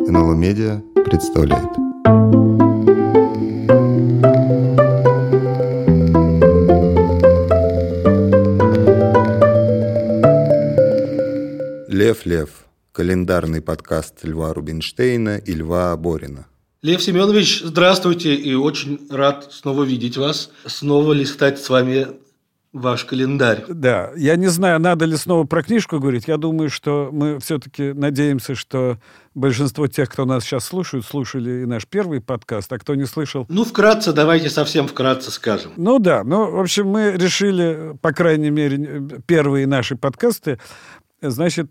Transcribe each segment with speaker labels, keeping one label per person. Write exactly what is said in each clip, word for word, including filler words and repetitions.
Speaker 1: эн эл о Медиа представляет. Лев Лев. Календарный подкаст Льва Рубинштейна и Льва Борина.
Speaker 2: Лев Семенович, здравствуйте, и очень рад снова видеть вас, снова листать с вами ваш календарь.
Speaker 3: Да, я не знаю, надо ли снова про книжку говорить. Я думаю, что мы все-таки надеемся, что большинство тех, кто нас сейчас слушают, слушали и наш первый подкаст, а кто не слышал...
Speaker 2: Ну, вкратце, давайте совсем вкратце скажем.
Speaker 3: Ну да, ну, в общем, мы решили, по крайней мере, первые наши подкасты, значит,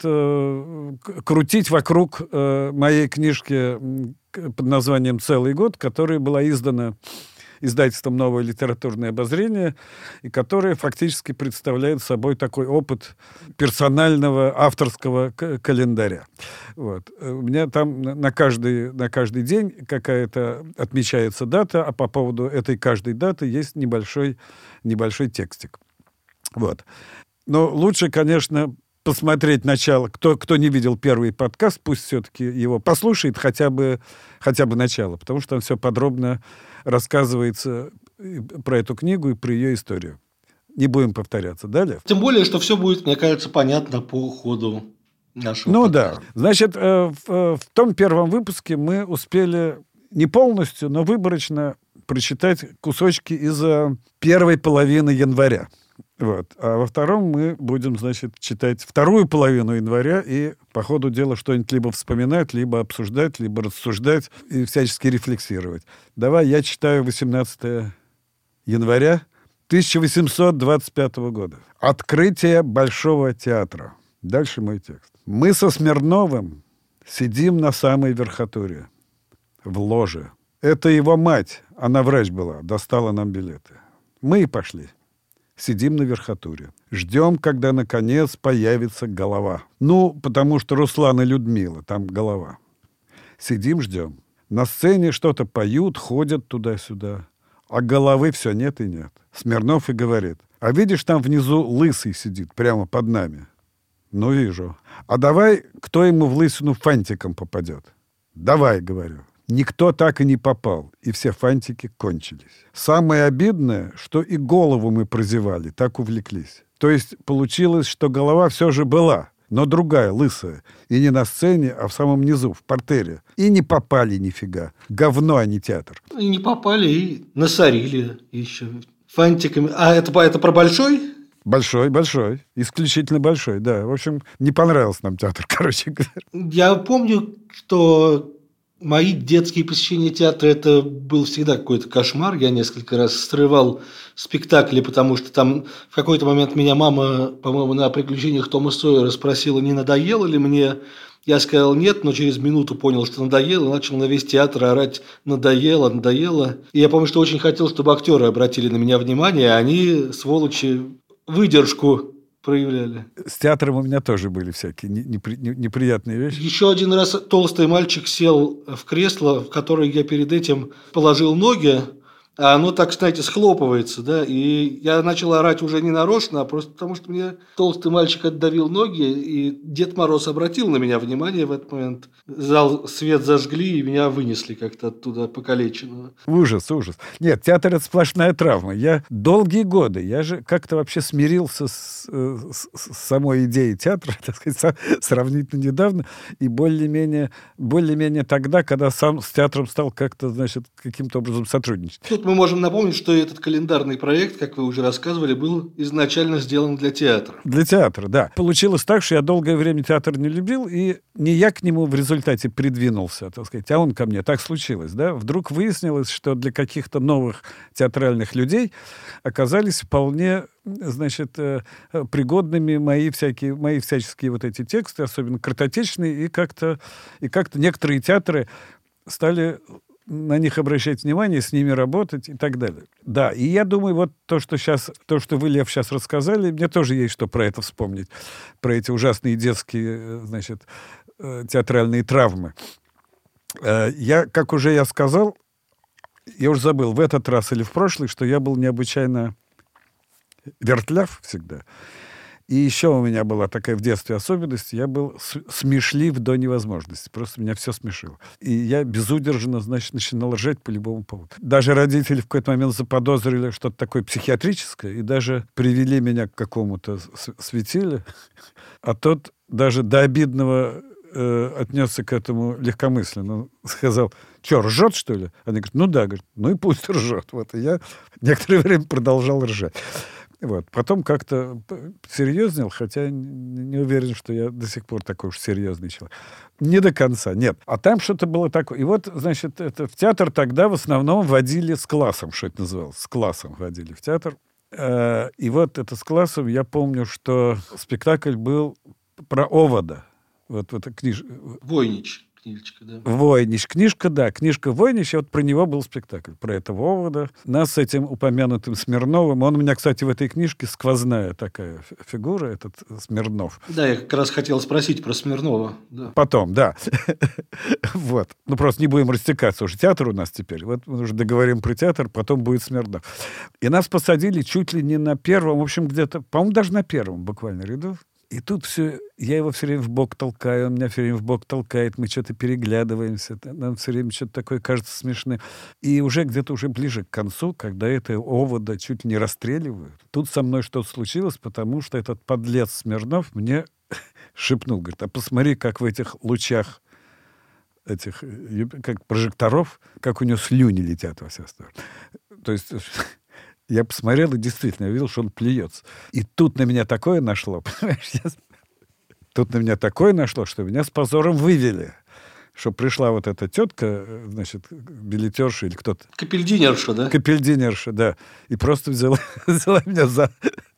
Speaker 3: крутить вокруг моей книжки под названием «Целый год», которая была издана издательством «Новое литературное обозрение», и которая фактически представляет собой такой опыт персонального авторского к- календаря. Вот. У меня там на каждый, на каждый день какая-то отмечается дата, а по поводу этой каждой даты есть небольшой, небольшой текстик. Вот. Но лучше, конечно, посмотреть начало. Кто, кто не видел первый подкаст, пусть все-таки его послушает, хотя бы, хотя бы начало, потому что там все подробно рассказывается про эту книгу и про ее историю. Не будем повторяться. Далее.
Speaker 2: Тем более, что все будет, мне кажется, понятно по ходу нашего
Speaker 3: Ну
Speaker 2: подкаста.
Speaker 3: да. Значит, в, в том первом выпуске мы успели не полностью, но выборочно прочитать кусочки из первой половины января. Вот. А во втором мы будем, значит, читать вторую половину января и по ходу дела что-нибудь либо вспоминать, либо обсуждать, либо рассуждать и всячески рефлексировать. Давай я читаю восемнадцатое января тысяча восемьсот двадцать пятого года. Открытие Большого театра. Дальше мой текст. Мы со Смирновым сидим на самой верхотуре, в ложе. Это его мать, она врач была, достала нам билеты. Мы и пошли. Сидим на верхотуре. Ждем, когда, наконец, появится голова. Ну, потому что Руслан и Людмила, там голова. Сидим, ждем. На сцене что-то поют, ходят туда-сюда. А головы все нет и нет. Смирнов и говорит: а видишь, там внизу лысый сидит, прямо под нами? Ну, вижу. А давай, кто ему в лысину фантиком попадет? Давай, говорю. Никто так и не попал, и все фантики кончились. Самое обидное, что и голову мы прозевали, так увлеклись. То есть получилось, что голова все же была, но другая, лысая. И не на сцене, а в самом низу, в партере. И не попали нифига. Говно, а не театр.
Speaker 2: И не попали, и насорили еще фантиками. А это, это про большой?
Speaker 3: Большой, большой. Исключительно большой, да. В общем, не понравился нам театр, короче говоря.
Speaker 2: Я помню, что... Мои детские посещения театра – это был всегда какой-то кошмар. Я несколько раз срывал спектакли, потому что там в какой-то момент меня мама, по-моему, на «Приключениях Тома Сойера» спросила, не надоело ли мне. Я сказал нет, но через минуту понял, что надоело, и начал на весь театр орать «надоело, надоело». И я помню, что очень хотел, чтобы актеры обратили на меня внимание, а они, сволочи, выдержку проявляли.
Speaker 3: С театром у меня тоже были всякие непри... неприятные вещи.
Speaker 2: Еще один раз толстый мальчик сел в кресло, в которое я перед этим положил ноги, а оно так, знаете, схлопывается, да, и я начал орать уже не нарочно, а просто потому, что мне толстый мальчик отдавил ноги, и Дед Мороз обратил на меня внимание в этот момент. Зал свет зажгли, и меня вынесли как-то оттуда покалеченного.
Speaker 3: Ужас, ужас. Нет, театр – это сплошная травма. Я долгие годы, я же как-то вообще смирился с, с, с самой идеей театра, так сказать, сравнительно недавно, и более-менее, более-менее тогда, когда сам с театром стал как-то, значит, каким-то образом сотрудничать.
Speaker 2: Тут мы можем напомнить, что этот календарный проект, как вы уже рассказывали, был изначально сделан для театра.
Speaker 3: Для театра, да. Получилось так, что я долгое время театр не любил, и не я к нему в результате придвинулся, так сказать, а он ко мне. Так случилось, да. Вдруг выяснилось, что для каких-то новых театральных людей оказались вполне, значит, пригодными мои всякие, мои всяческие вот эти тексты, особенно картотечные, и как-то, и как-то некоторые театры стали на них обращать внимание, с ними работать и так далее. Да, и я думаю, вот то, что сейчас, то, что вы, Лев, сейчас рассказали, мне тоже есть что про это вспомнить, про эти ужасные детские, значит, театральные травмы. Я, как уже я сказал, я уже забыл, в этот раз или в прошлый, что я был необычайно вертляв всегда. И еще у меня была такая в детстве особенность. Я был смешлив до невозможности. Просто меня все смешило. И я безудержно, значит, начинал ржать по любому поводу. Даже родители в какой-то момент заподозрили что-то такое психиатрическое и даже привели меня к какому-то светиле. А тот даже до обидного э, отнесся к этому легкомысленно. Он сказал: что, ржет, что ли? Они говорят: ну да. Говорят, ну и пусть ржет. Вот. И я некоторое время продолжал ржать. Вот. Потом как-то серьезнел, хотя не уверен, что я до сих пор такой уж серьезный человек. Не до конца, нет. А там что-то было такое. И вот, значит, это в театр тогда в основном водили с классом, что это называлось. С классом водили в театр. И вот это с классом, я помню, что спектакль был про овода. Вот, вот книж...
Speaker 2: Войнич. Книжечка, да.
Speaker 3: Войнич. Книжка, да. Книжка Войнич. Вот про него был спектакль. Про этого овода. Нас с этим упомянутым Смирновым. Он у меня, кстати, в этой книжке сквозная такая фигура, этот Смирнов.
Speaker 2: Да, я как раз хотел спросить про Смирнова. Да.
Speaker 3: Потом, да. Вот. Ну, просто не будем растекаться. Уже театр у нас теперь. Вот мы уже договорим про театр, потом будет Смирнов. И нас посадили чуть ли не на первом, в общем, где-то, по-моему, даже на первом буквально ряду. И тут все, я его все время в бок толкаю, он меня все время в бок толкает, мы что-то переглядываемся, нам все время что-то такое кажется смешным. И уже где-то уже ближе к концу, когда это овода чуть ли не расстреливают, тут со мной что-то случилось, потому что этот подлец Смирнов мне шепнул, говорит: а посмотри, как в этих лучах этих как прожекторов, как у него слюни летят во все стороны. То есть... Я посмотрел, и действительно, я видел, что он плюется. И тут на меня такое нашло, понимаешь? Тут на меня такое нашло, что меня с позором вывели. Что пришла вот эта тетка, значит, билетерша или кто-то.
Speaker 2: Капельдинерша, да?
Speaker 3: Капельдинерша, да. И просто взяла, взяла меня за,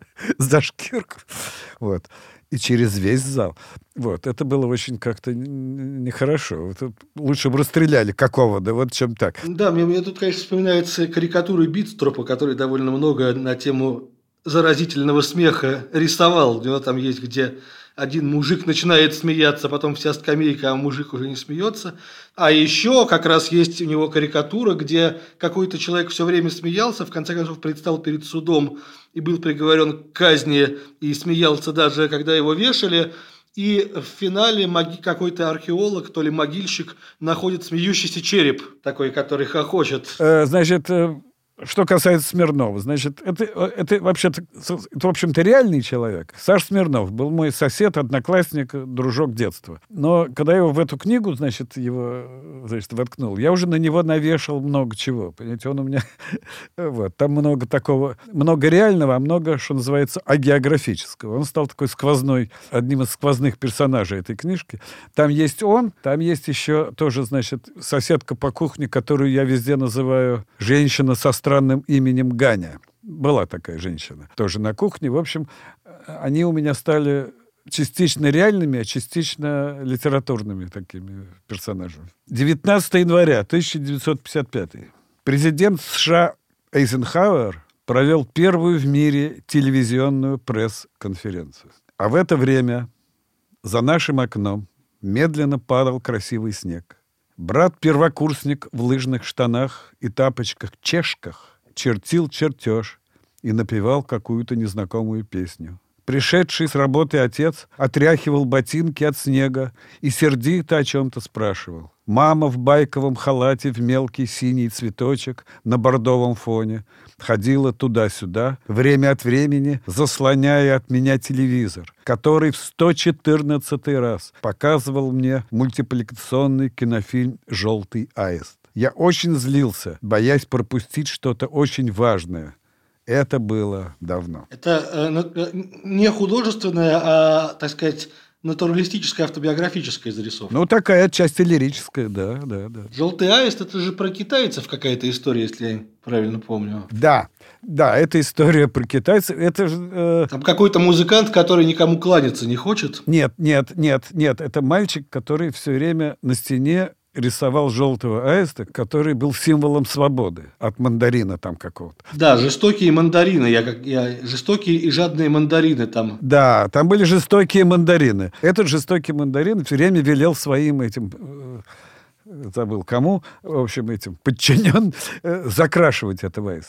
Speaker 3: за шкирку. Вот. И через весь зал. Вот. Это было очень как-то нехорошо. Вот. Лучше бы расстреляли какого, да вот чем так.
Speaker 2: Да, мне, мне тут, конечно, вспоминается карикатуры Битстропа, который довольно много на тему заразительного смеха рисовал. У него там есть, где один мужик начинает смеяться, потом вся скамейка, а мужик уже не смеется. А еще как раз есть у него карикатура, где какой-то человек все время смеялся, в конце концов предстал перед судом и был приговорен к казни, и смеялся даже, когда его вешали. И в финале моги- какой-то археолог, то ли могильщик, находит смеющийся череп, такой, который хохочет.
Speaker 3: Э, значит... Что касается Смирнова, значит, это, это вообще-то, это, в общем-то, реальный человек. Саша Смирнов был мой сосед, одноклассник, дружок детства. Но когда я его в эту книгу, значит, его, значит, воткнул, я уже на него навешал много чего. Понимаете, он у меня... Вот, там много такого, много реального, а много, что называется, агеографического. Он стал такой сквозной, одним из сквозных персонажей этой книжки. Там есть он, там есть еще тоже, значит, соседка по кухне, которую я везде называю женщина со странным именем Ганя. Была такая женщина. Тоже на кухне. В общем, они у меня стали частично реальными, а частично литературными такими персонажами. девятнадцатого января тысяча девятьсот пятьдесят пятого. Президент США Эйзенхауэр провел первую в мире телевизионную пресс-конференцию. А в это время за нашим окном медленно падал красивый снег. Брат-первокурсник в лыжных штанах и тапочках-чешках чертил чертеж и напевал какую-то незнакомую песню. Пришедший с работы отец отряхивал ботинки от снега и сердито о чем-то спрашивал. Мама в байковом халате в мелкий синий цветочек на бордовом фоне ходила туда-сюда, время от времени заслоняя от меня телевизор, который в сто четырнадцатый раз показывал мне мультипликационный кинофильм «Желтый аист». Я очень злился, боясь пропустить что-то очень важное. Это было давно.
Speaker 2: Это э, не художественная, а, так сказать, натуралистическая, автобиографическая зарисовка.
Speaker 3: Ну, такая отчасти лирическая, да, да, да.
Speaker 2: «Желтый аист» – это же про китайцев какая-то история, если я правильно помню.
Speaker 3: Да, да, это история про китайцев. Это же... Э...
Speaker 2: Там какой-то музыкант, который никому кланяться не хочет.
Speaker 3: Нет, нет, нет, нет. Это мальчик, который все время на стене рисовал желтого аиста, который был символом свободы от мандарина там какого-то.
Speaker 2: Да, жестокие мандарины. Я, как, я, жестокие и жадные мандарины там.
Speaker 3: Да, там были жестокие мандарины. Этот жестокий мандарин все время велел своим этим... Э, забыл кому, в общем, этим подчинен э, закрашивать этого аиста.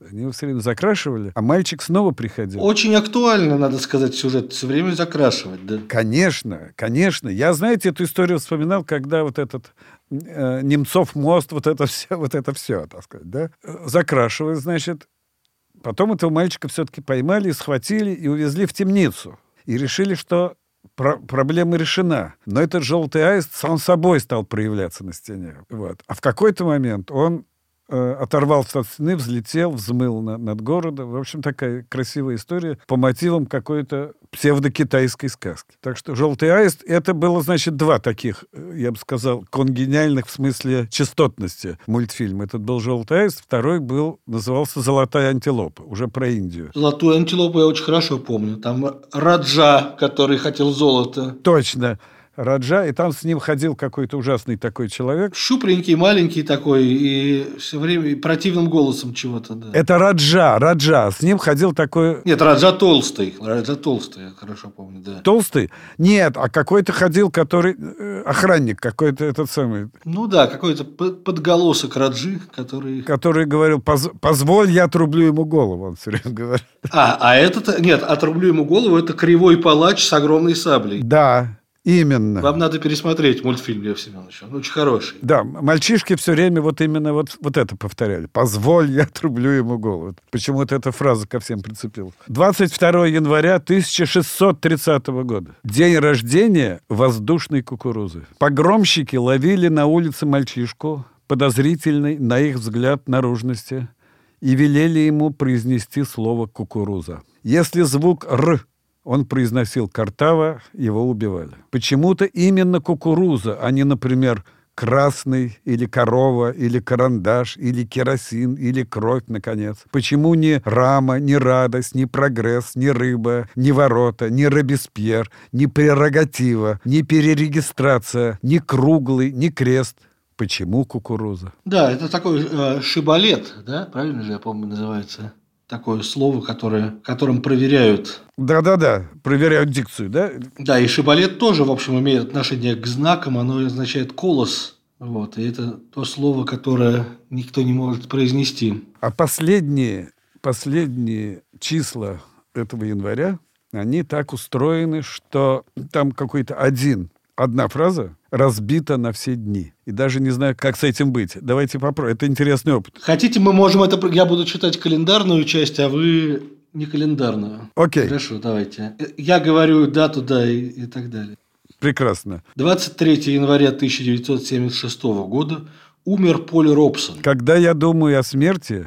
Speaker 3: Они его все время закрашивали, а мальчик снова приходил.
Speaker 2: Очень актуально, надо сказать, сюжет. Все время закрашивать, да.
Speaker 3: Конечно, конечно. Я, знаете, эту историю вспоминал, когда вот этот э, Немцов мост, вот это все, вот это все, так сказать, да, закрашивают, значит. Потом этого мальчика все-таки поймали, схватили и увезли в темницу. И решили, что про- проблема решена. Но этот желтый аист сам собой стал проявляться на стене. Вот. А в какой-то момент он э, оторвался от стены, взлетел, взмыл на- над городом. В общем, такая красивая история по мотивам какой-то псевдокитайской сказки. Так что «Желтый аист» — это было, значит, два таких, я бы сказал, конгениальных в смысле частотности мультфильма. Этот был «Желтый аист», второй был, назывался «Золотая антилопа», уже про Индию.
Speaker 2: Золотую антилопу я очень хорошо помню. Там Раджа, который хотел золото.
Speaker 3: Точно. Раджа, и там с ним ходил какой-то ужасный такой человек.
Speaker 2: Щупленький, маленький такой, и все время и противным голосом чего-то, да.
Speaker 3: Это Раджа, Раджа. С ним ходил такой...
Speaker 2: Нет, Раджа толстый. Раджа толстый, я хорошо помню, да.
Speaker 3: Толстый? Нет, а какой-то ходил, который... э, охранник какой-то этот самый,
Speaker 2: Ну да, какой-то п- подголосок Раджи, который...
Speaker 3: который говорил, «Поз- позволь, я отрублю ему голову», он все время говорил.
Speaker 2: А, а этот... Нет, отрублю ему голову, это кривой палач с огромной саблей.
Speaker 3: Да, именно.
Speaker 2: Вам надо пересмотреть мультфильм, Лев Семенович. Он очень хороший.
Speaker 3: Да, м- мальчишки все время вот именно вот, вот это повторяли. «Позволь, я отрублю ему голову». Почему-то эта фраза ко всем прицепилась. двадцать второго января тысяча шестьсот тридцатого года. День рождения воздушной кукурузы. Погромщики ловили на улице мальчишку, подозрительной, на их взгляд, наружности, и велели ему произнести слово «кукуруза». Если звук «р» он произносил картаво, его убивали. Почему-то именно кукуруза, а не, например, красный, или корова, или карандаш, или керосин, или кровь, наконец. Почему не рама, не радость, не прогресс, не рыба, не ворота, не Робеспьер, не прерогатива, не перерегистрация, не круглый, не крест? Почему кукуруза?
Speaker 2: Да, это такой э, шибалет, да? Правильно же, я помню, называется? Такое слово, которое, которым проверяют.
Speaker 3: Да-да-да, проверяют дикцию, да?
Speaker 2: Да, и шибалет тоже, в общем, имеет отношение к знакам. Оно означает колос. Вот, и это то слово, которое никто не может произнести.
Speaker 3: А последние, последние числа этого января, они так устроены, что там какой-то один, одна фраза разбита на все дни. И даже не знаю, как с этим быть. Давайте попробуем. Это интересный опыт.
Speaker 2: Хотите, мы можем это... Я буду читать календарную часть, а вы не календарную.
Speaker 3: Окей.
Speaker 2: Хорошо, давайте. Я говорю дату, да, и, и так далее.
Speaker 3: Прекрасно.
Speaker 2: двадцать третьего января тысяча девятьсот семьдесят шестого года умер Поль Робсон.
Speaker 3: Когда я думаю о смерти,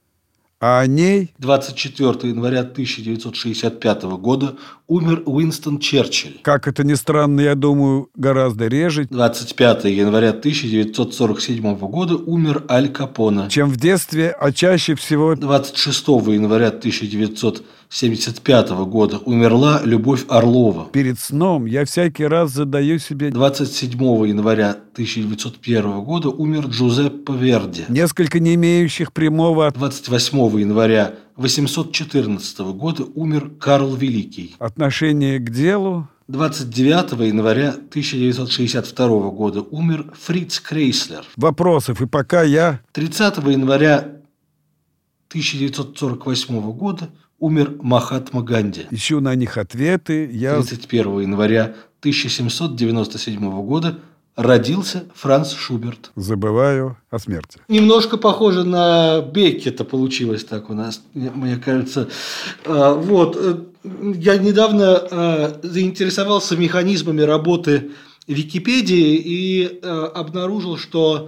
Speaker 3: а о ней...
Speaker 2: двадцать четвёртого января тысяча девятьсот шестьдесят пятого года умер Уинстон Черчилль.
Speaker 3: Как это ни странно, я думаю, гораздо реже,
Speaker 2: двадцать пятого января тысяча девятьсот сорок седьмого года умер Аль Капоне.
Speaker 3: чем в детстве, а чаще всего...
Speaker 2: двадцать шестого января тысяча девятьсот семьдесят пятого года умерла Любовь Орлова.
Speaker 3: Перед сном я всякий раз задаю себе
Speaker 2: двадцать седьмого января тысяча девятьсот первого года умер Джузеппе Верди.
Speaker 3: несколько не имеющих прямого от-
Speaker 2: двадцать восьмого января восемьсот четырнадцатого года умер Карл Великий.
Speaker 3: отношения к делу.
Speaker 2: двадцать девятого января тысяча девятьсот шестьдесят второго года умер Фриц Крейслер.
Speaker 3: Вопросов. И пока я...
Speaker 2: тридцатого января тысяча девятьсот сорок восьмого года умер Махатма Ганди.
Speaker 3: ищу на них ответы, я...
Speaker 2: тридцать первого января тысяча семьсот девяносто седьмого года родился Франц Шуберт.
Speaker 3: забываю о смерти.
Speaker 2: Немножко похоже на Беккета получилось так у нас, мне кажется. А, Вот. Я недавно заинтересовался механизмами работы Википедии и обнаружил, что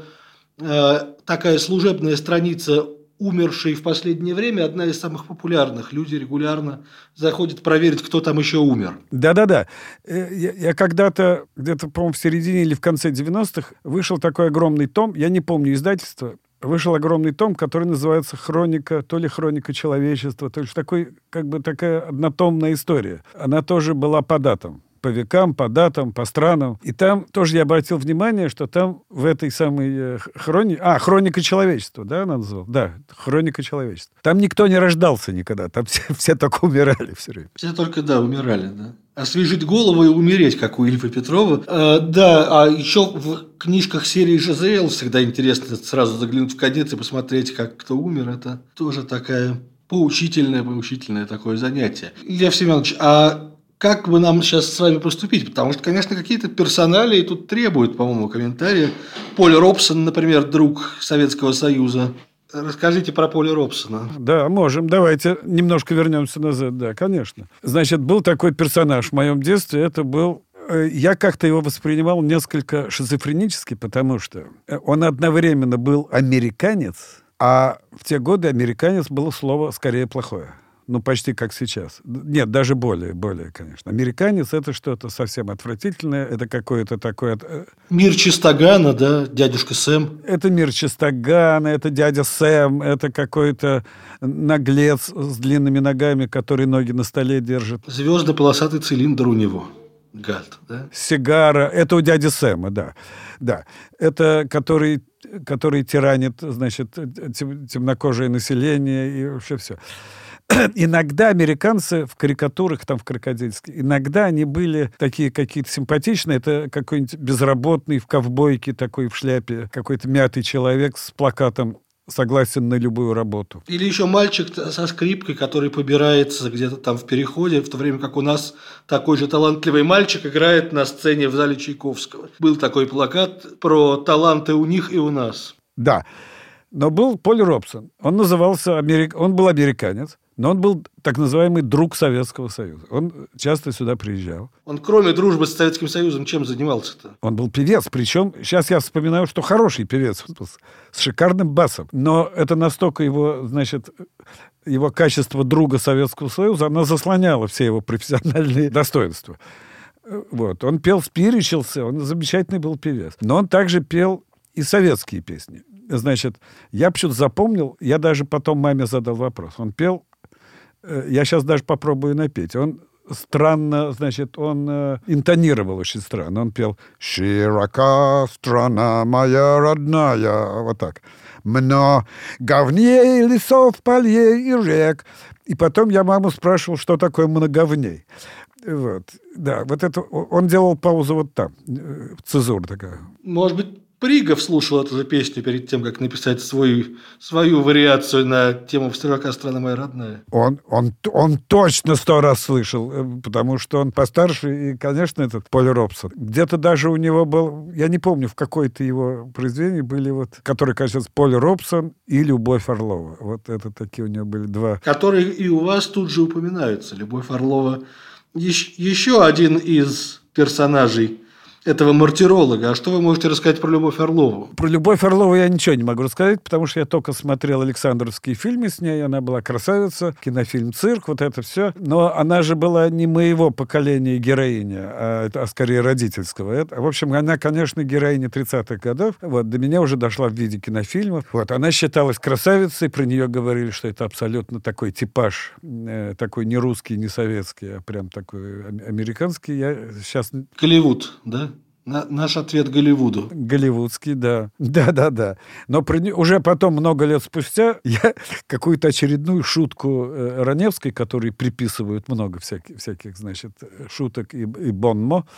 Speaker 2: такая служебная страница умерший в последнее время одна из самых популярных. Люди регулярно заходят проверить, кто там еще умер.
Speaker 3: Да-да-да. Э, Я, я когда-то, где-то, по-моему, в середине или в конце девяностых вышел такой огромный том, я не помню издательство, вышел огромный том, который называется «Хроника», то ли «Хроника человечества», то ли такой, как бы такая однотомная история. Она тоже была по датам. по векам, по датам, по странам. И там тоже я обратил внимание, что там в этой самой хронике... А, «Хроника человечества», да, она называлась? Да, «Хроника человечества». Там никто не рождался никогда, там все, все только умирали все время.
Speaker 2: Все только, да, умирали, да. Освежить голову и умереть, как у Ильфа Петрова. А, да, а еще в книжках серии Жизель всегда интересно сразу заглянуть в конец и посмотреть, как кто умер. Это тоже такая поучительное, поучительное такое занятие. Илья Семенович, а как бы нам сейчас с вами поступить? Потому что, конечно, какие-то персоналии тут требуют, по-моему, комментария. Поль Робсон, например, друг Советского Союза. Расскажите про Поля Робсона.
Speaker 3: Да, можем. Давайте немножко вернемся назад. Да, конечно. Значит, был такой персонаж в моем детстве. Это был... Я как-то его воспринимал несколько шизофренически, потому что он одновременно был американец, а в те годы американец было слово скорее плохое. Ну, почти как сейчас. Нет, даже более, более, конечно. Американец — это что-то совсем отвратительное. Это какое-то такое...
Speaker 2: Мир Чистогана, да, дядюшка Сэм.
Speaker 3: Это мир Чистогана, это дядя Сэм, это какой-то наглец с длинными ногами, который ноги на столе держит.
Speaker 2: Звездно-полосатый цилиндр у него. Гад, да?
Speaker 3: Сигара. Это у дяди Сэма, да. Да. Это который, который тиранит, значит, темнокожее население и вообще все. Иногда американцы в карикатурах, там, в крокодильских, иногда они были такие какие-то симпатичные. Это какой-нибудь безработный в ковбойке, такой в шляпе, какой-то мятый человек с плакатом «Согласен на любую работу».
Speaker 2: Или еще мальчик со скрипкой, который побирается где-то там в переходе, в то время как у нас такой же талантливый мальчик играет на сцене в зале Чайковского. Был такой плакат про таланты у них и у нас.
Speaker 3: Да. Но был Поль Робсон. Он назывался... Америк... Он был американец. Но он был так называемый друг Советского Союза. Он часто сюда приезжал.
Speaker 2: Он, кроме дружбы с Советским Союзом, чем занимался-то?
Speaker 3: Он был певец. Причем, сейчас я вспоминаю, что хороший певец. С шикарным басом. Но это настолько его, значит, его качество друга Советского Союза, оно заслоняло все его профессиональные достоинства. Вот. Он пел, спиричился, он замечательный был певец. Но он также пел и советские песни. Значит, я почему-то запомнил, я даже потом маме задал вопрос. Он пел... Я сейчас даже попробую напеть. Он странно, значит, он э, интонировал очень странно. Он пел «Широка страна моя родная». Вот так. «Много говней, лесов, полей и рек». И потом я маму спрашивал, что такое «многовней». Вот. Да, вот это... Он делал паузу вот там. Цезура такая.
Speaker 2: Может быть, Пригов слушал эту же песню перед тем, как написать свою, свою вариацию на тему «Широка страна моя родная».
Speaker 3: Он, он, он точно сто раз слышал, потому что он постарше, и, конечно, этот Поль Робсон. Где-то даже у него был, я не помню, в какой-то его произведении были вот, которые, кажется, Поль Робсон и Любовь Орлова. Вот это такие у него были два.
Speaker 2: Которые и у вас тут же упоминаются. Любовь Орлова. Еще, еще один из персонажей этого мартиролога. А что вы можете рассказать про Любовь Орлову?
Speaker 3: Про Любовь Орлову я ничего не могу рассказать, потому что я только смотрел Александровские фильмы с ней. Она была красавица, кинофильм «Цирк», вот это все. Но она же была не моего поколения героиня, а, а скорее родительского. Это, в общем, она, конечно, героиня тридцатых годов. Вот, до меня уже дошла в виде кинофильмов. Вот, она считалась красавицей, про нее говорили, что это абсолютно такой типаж, э, такой не русский, не советский, а прям такой американский. Я сейчас...
Speaker 2: Голливуд, да? На, наш ответ Голливуду.
Speaker 3: Голливудский, да. Да-да-да. Но при, уже потом, много лет спустя, я какую-то очередную шутку э, Раневской, которой приписывают много всяких, всяких значит, шуток и, и бонмо,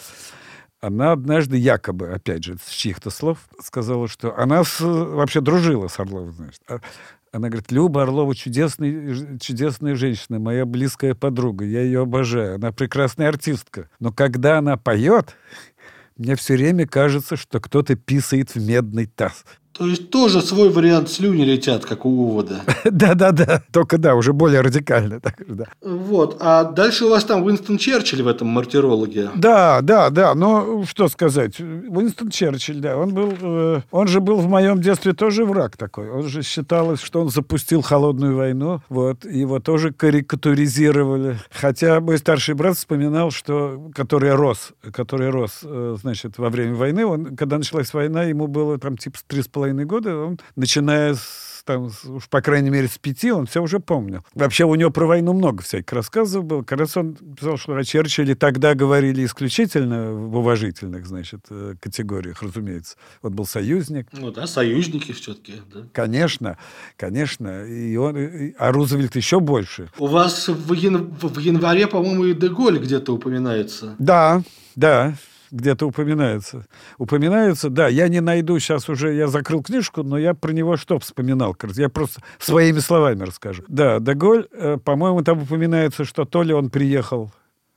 Speaker 3: она однажды якобы, опять же, с чьих-то слов сказала, что она с, вообще дружила с Орловой, значит. Она говорит: Люба Орлова чудесная, чудесная женщина, моя близкая подруга, я ее обожаю, она прекрасная артистка. Но когда она поет... Мне все время кажется, что кто-то писает в медный таз.
Speaker 2: То есть тоже свой вариант слюни летят, как у Увода.
Speaker 3: Да-да-да, только да, уже более радикально. Так, да.
Speaker 2: Вот, а дальше у вас там Уинстон Черчилль в этом мартирологе.
Speaker 3: Да, да, да, но что сказать, Уинстон Черчилль, да, он был, э, он же был в моем детстве тоже враг такой. Он же считалось, что он запустил холодную войну, вот, его тоже карикатуризировали. Хотя мой старший брат вспоминал, что, который рос, который рос, э, значит, во время войны, он, когда началась война, ему было там типа три с половиной года, он, начиная с там, уж по крайней мере, с пяти он все уже помнил. Вообще у него про войну много всяких рассказов было. Как раз он писал, что о Черчилле тогда говорили исключительно в уважительных, значит, категориях, разумеется. Он был союзник.
Speaker 2: Ну да, союзники все-таки, да.
Speaker 3: Конечно, конечно. И он, и, а Рузвельт еще больше.
Speaker 2: У вас в, ян... в январе, по-моему, и Де-Голь где-то упоминается.
Speaker 3: Да, да. Где-то упоминается. Упоминается, да, я не найду сейчас уже, я закрыл книжку, но я про него что вспоминал? Я просто своими словами расскажу. Да, Де-Голь, по-моему, там упоминается, что то ли он приехал,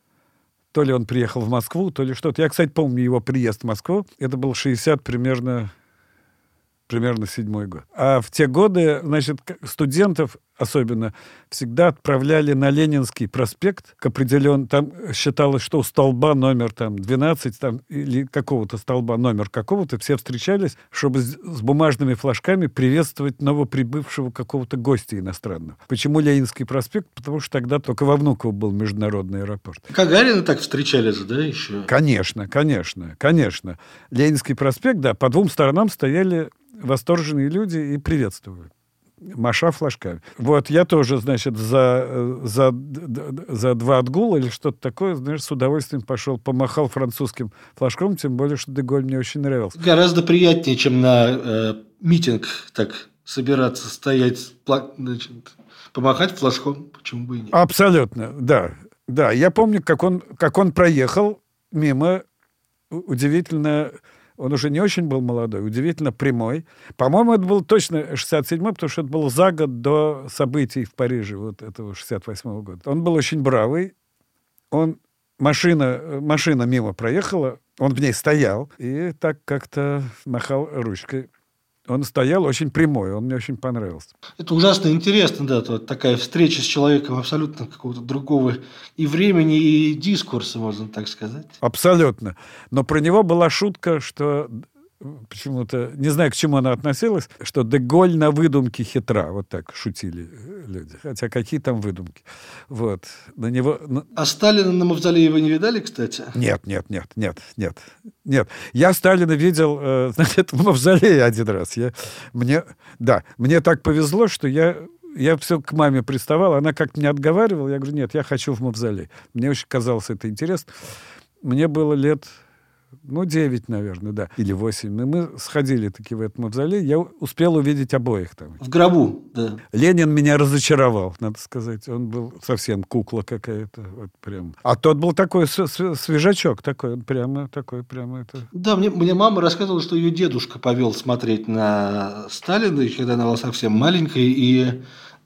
Speaker 3: то ли он приехал в Москву, то ли что-то. Я, кстати, помню его приезд в Москву. Это был шестьдесят примерно, примерно седьмой год. А в те годы, значит, студентов особенно всегда отправляли на Ленинский проспект к определенному... Там считалось, что у столба номер там, двенадцать там, или какого-то столба номер какого-то все встречались, чтобы с, с бумажными флажками приветствовать новоприбывшего какого-то гостя иностранного. Почему Ленинский проспект? Потому что тогда только во Внуково был международный аэропорт.
Speaker 2: Гагарина так встречались, да, еще?
Speaker 3: Конечно, конечно, конечно. Ленинский проспект, да, по двум сторонам стояли восторженные люди и приветствовали, маша флажками. Вот я тоже, значит, за, за, за два отгула или что-то такое, знаешь, с удовольствием пошел, помахал французским флажком, тем более, что Де-Голь мне очень нравился.
Speaker 2: Гораздо приятнее, чем на э, митинг так собираться, стоять, значит, помахать флажком, почему бы и нет.
Speaker 3: Абсолютно, да. Да, я помню, как он, как он проехал мимо, удивительно... Он уже не очень был молодой, удивительно прямой. По-моему, это был точно шестьдесят седьмой, потому что это было за год до событий в Париже, вот этого шестьдесят восьмого года. Он был очень бравый. Он, машина, машина мимо проехала, он в ней стоял и так как-то махал ручкой. Он стоял очень прямой, он мне очень понравился.
Speaker 2: Это ужасно интересно, да, вот такая встреча с человеком абсолютно какого-то другого и времени, и дискурса, можно так сказать.
Speaker 3: Абсолютно. Но про него была шутка, что почему-то, не знаю, к чему она относилась, что Де-Голь на выдумке хитра. Вот так шутили люди. Хотя какие там выдумки. Вот. На него...
Speaker 2: А Сталина на Мавзолее вы не видали, кстати?
Speaker 3: Нет, нет, нет, нет, нет. Нет. Я Сталина видел, э, значит, в Мавзолее один раз. Я, мне, да, мне так повезло, что я... Я все к маме приставал, она как-то меня отговаривала. Я говорю, нет, я хочу в Мавзолей. Мне очень казалось это интересно. Мне было лет... Ну, девять, наверное, да. Или восемь. И мы сходили таки в этот мавзолей. Я успел увидеть обоих там.
Speaker 2: В гробу, да.
Speaker 3: Ленин меня разочаровал, надо сказать. Он был совсем кукла какая-то. Вот прям. А тот был такой свежачок, такой, он прямо такой, прямо это...
Speaker 2: Да, мне, мне мама рассказывала, что ее дедушка повел смотреть на Сталина, когда она была совсем маленькой, и э,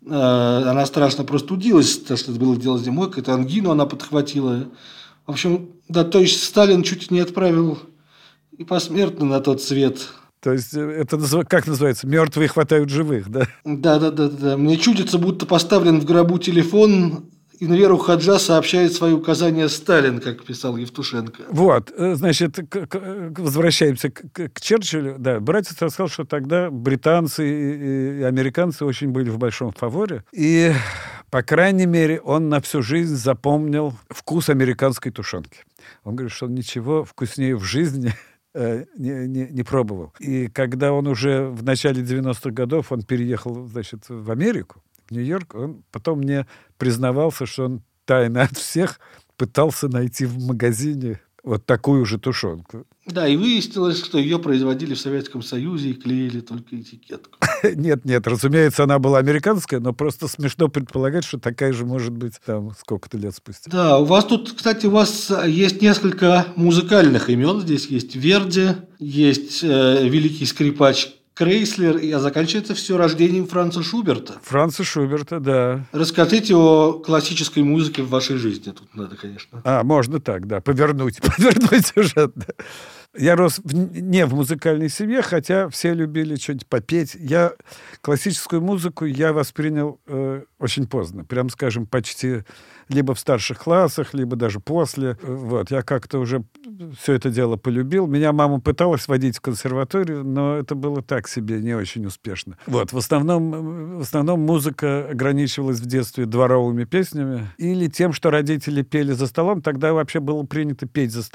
Speaker 2: она страшно простудилась, потому что это было дело зимой, какую-то ангину она подхватила. В общем, да, то есть Сталин чуть не отправил и посмертно на тот свет.
Speaker 3: То есть это как называется? Мертвые хватают живых, да?
Speaker 2: Да, да, да, да. Мне чудится, будто поставлен в гробу телефон, и на Веру Хаджа сообщает свои указания Сталин, как писал Евтушенко.
Speaker 3: Вот, значит, к, к, возвращаемся к, к, к Черчиллю. Да, братец рассказал, что тогда британцы и, и американцы очень были в большом фаворе. И, по крайней мере, он на всю жизнь запомнил вкус американской тушенки. Он говорит, что он ничего вкуснее в жизни не, не, не пробовал. И когда он уже в начале девяностых годов он переехал, значит, в Америку, в Нью-Йорк, он потом мне признавался, что он тайно от всех пытался найти в магазине вот такую же тушенку.
Speaker 2: Да, и выяснилось, что ее производили в Советском Союзе и клеили только этикетку.
Speaker 3: Нет, нет, разумеется, она была американская, но просто смешно предполагать, что такая же может быть там сколько-то лет спустя.
Speaker 2: Да, у вас тут, кстати, у вас есть несколько музыкальных имен. Здесь есть Верди, есть э, великий скрипач Крейслер, а заканчивается все рождением Франца Шуберта.
Speaker 3: Франца Шуберта, да.
Speaker 2: Расскажите о классической музыке в вашей жизни. Тут надо, конечно.
Speaker 3: А, можно так, да, повернуть, повернуть сюжет, да. Я рос в, не в музыкальной семье, хотя все любили что-нибудь попеть. Я классическую музыку я воспринял э, очень поздно. Прям, скажем, почти либо в старших классах, либо даже после. Вот, я как-то уже все это дело полюбил. Меня мама пыталась водить в консерваторию, но это было так себе, не очень успешно. Вот, в основном, в основном музыка ограничивалась в детстве дворовыми песнями или тем, что родители пели за столом. Тогда вообще было принято петь за столом.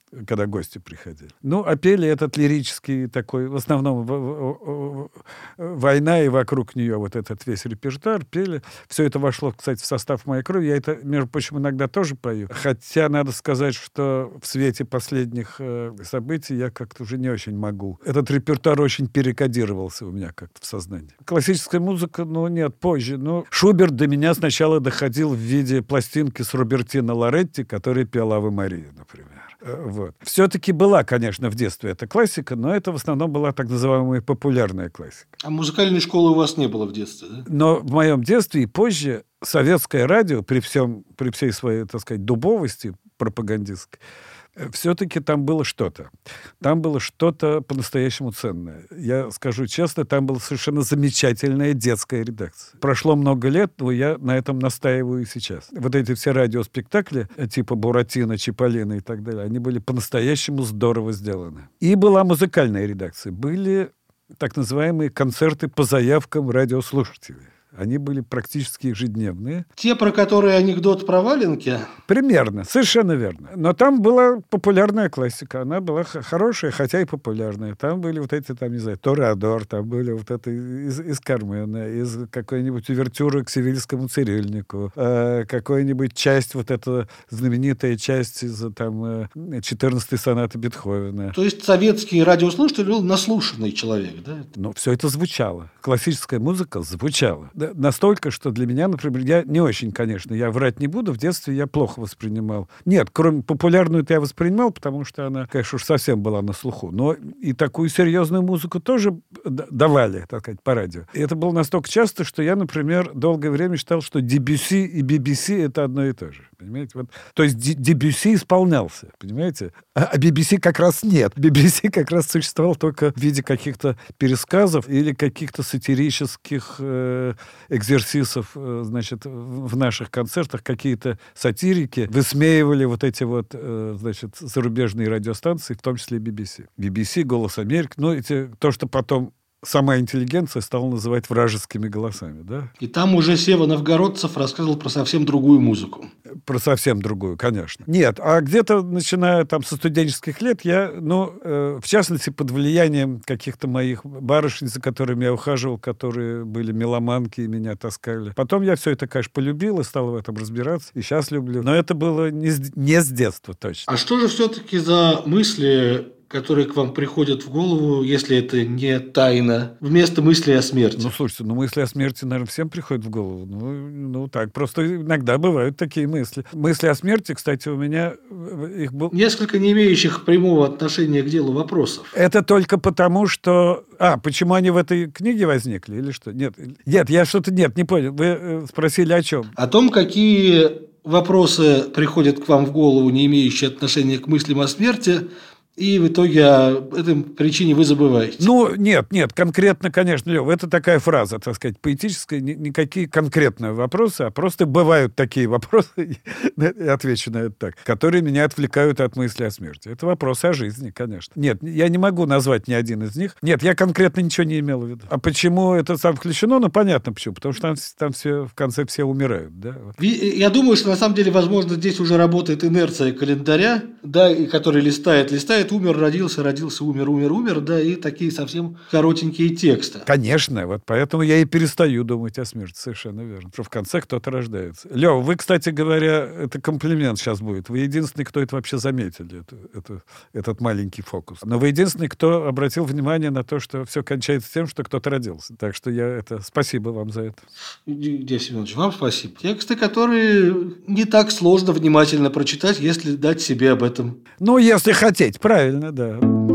Speaker 3: когда гости приходили. Ну, а пели этот лирический такой, в основном в, в, в, война и вокруг нее вот этот весь репертуар пели. Все это вошло, кстати, в состав моей крови. Я это, между прочим, иногда тоже пою. Хотя надо сказать, что в свете последних э, событий я как-то уже не очень могу. Этот репертуар очень перекодировался у меня как-то в сознании. Классическая музыка, ну, нет, позже. Ну, Шуберт до меня сначала доходил в виде пластинки с Робертино Лоретти, который пел «Аве Мария», например. Вот. Все-таки была, конечно, в детстве эта классика, но это в основном была так называемая популярная классика.
Speaker 2: А музыкальной школы у вас не было в детстве, да?
Speaker 3: Но в моем детстве и позже советское радио, при, всем, при всей своей, так сказать, дубовости пропагандистской, все-таки там было что-то. Там было что-то по-настоящему ценное. Я скажу честно, там была совершенно замечательная детская редакция. Прошло много лет, но я на этом настаиваю и сейчас. Вот эти все радиоспектакли, типа «Буратино», «Чиполлино» и так далее, они были по-настоящему здорово сделаны. И была музыкальная редакция. Были так называемые концерты по заявкам радиослушателей. Они были практически ежедневные.
Speaker 2: Те, про которые анекдот про валенки?
Speaker 3: Примерно, совершенно верно. Но там была популярная классика. Она была х- хорошая, хотя и популярная. Там были вот эти, там, не знаю, Торадор, там были вот это из, из Кармена, из какой-нибудь увертюры к Севильскому цирюльнику, э, какой-нибудь часть, вот эта знаменитая часть из там четырнадцатой сонаты Бетховена.
Speaker 2: То есть советский радиослушатель был наслушанный человек, да?
Speaker 3: Но все это звучало. Классическая музыка звучала. Да, настолько, что для меня, например, я не очень, конечно, я врать не буду, в детстве я плохо воспринимал. Нет, кроме популярную-то я воспринимал, потому что она, конечно, уж совсем была на слуху. Но и такую серьезную музыку тоже давали, так сказать, по радио. И это было настолько часто, что я, например, долгое время считал, что Дебюсси и би би си — это одно и то же. Понимаете? Вот, то есть Дебюсси исполнялся, понимаете? А би би си как раз нет. би би си как раз существовал только в виде каких-то пересказов или каких-то сатирических э, экзерсисов, э, значит, в наших концертах какие-то сатирики высмеивали вот эти вот, э, значит, зарубежные радиостанции, в том числе би би си. би би си, «Голос Америки», ну, эти, то, что потом сама интеллигенция стала называть вражескими голосами, да?
Speaker 2: И там уже Сева Новгородцев рассказывал про совсем другую музыку.
Speaker 3: Про совсем другую, конечно. Нет, а где-то, начиная там со студенческих лет, я, ну, э, в частности, под влиянием каких-то моих барышень, за которыми я ухаживал, которые были меломанки и меня таскали. Потом я все это, конечно, полюбил и стал в этом разбираться. И сейчас люблю. Но это было не с, не с детства точно.
Speaker 2: А что же все-таки за мысли, которые к вам приходят в голову, если это не тайна, вместо мысли о смерти?
Speaker 3: Ну, слушайте, ну, мысли о смерти, наверное, всем приходят в голову. Ну, ну, так, просто иногда бывают такие мысли. Мысли о смерти, кстати, у меня их было...
Speaker 2: Несколько не имеющих прямого отношения к делу вопросов.
Speaker 3: Это только потому, что... А, почему они в этой книге возникли или что? Нет, нет, я что-то... Нет, не понял. Вы спросили о чем?
Speaker 2: О том, какие вопросы приходят к вам в голову, не имеющие отношения к мыслям о смерти, и в итоге о этой причине вы забываете.
Speaker 3: Ну, нет, нет, конкретно, конечно, Лев, это такая фраза, так сказать, поэтическая, ни, никакие конкретные вопросы, а просто бывают такие вопросы, я отвечу на это так, которые меня отвлекают от мысли о смерти. Это вопросы о жизни, конечно. Нет, я не могу назвать ни один из них. Нет, я конкретно ничего не имел в виду. А почему это там включено? Ну, понятно почему. Потому что там, там все, в конце все умирают, да?
Speaker 2: Я думаю, что на самом деле, возможно, здесь уже работает инерция календаря, да, который листает, листает, умер, родился, родился, умер, умер, умер, да, и такие совсем коротенькие тексты.
Speaker 3: Конечно, вот поэтому я и перестаю думать о смерти, совершенно верно. Что в конце кто-то рождается. Лёва, вы, кстати говоря, это комплимент сейчас будет. Вы единственный, кто это вообще заметили, это, это, этот маленький фокус. Но вы единственный, кто обратил внимание на то, что все кончается тем, что кто-то родился. Так что я это... Спасибо вам за это.
Speaker 2: Евгений Семенович, вам спасибо. Тексты, которые не так сложно внимательно прочитать, если дать себе об этом.
Speaker 3: Ну, если хотеть, правильно, да.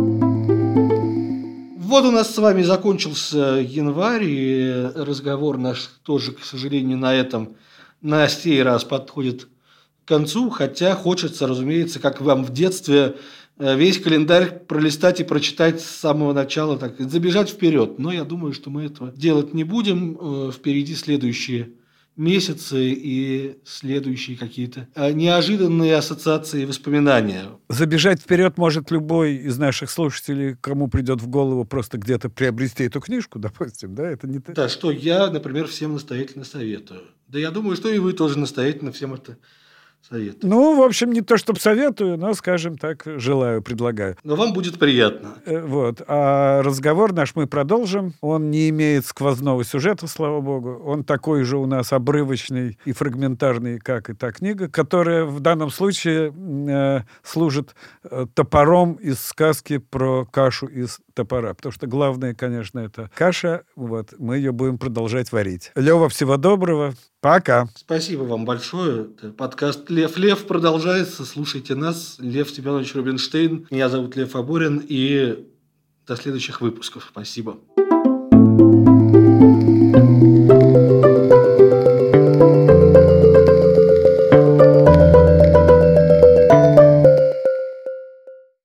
Speaker 2: Вот у нас с вами закончился январь, и разговор наш тоже, к сожалению, на этом на сей раз подходит к концу, хотя хочется, разумеется, как вам в детстве, весь календарь пролистать и прочитать с самого начала, так забежать вперед. Но я думаю, что мы этого делать не будем. Впереди следующие месяцы и следующие какие-то неожиданные ассоциации и воспоминания.
Speaker 3: Забежать вперед может любой из наших слушателей, кому придет в голову просто где-то приобрести эту книжку, допустим, да? Это не...
Speaker 2: Да, что я, например, всем настоятельно советую. Да я думаю, что и вы тоже настоятельно всем это советую.
Speaker 3: Ну, в общем, не то чтобы советую, но, скажем так, желаю, предлагаю.
Speaker 2: Но вам будет приятно.
Speaker 3: Э, Вот. А разговор наш мы продолжим. Он не имеет сквозного сюжета, слава богу. Он такой же у нас обрывочный и фрагментарный, как и та книга, которая в данном случае э, служит э, топором из сказки про кашу из топора. Потому что главное, конечно, это каша. Вот. Мы ее будем продолжать варить. Лева, всего доброго. Пока.
Speaker 2: Спасибо вам большое. Это подкаст «Лев Лев» продолжается. Слушайте нас. Лев Степанович Рубинштейн. Меня зовут Лев Аборин. И до следующих выпусков. Спасибо.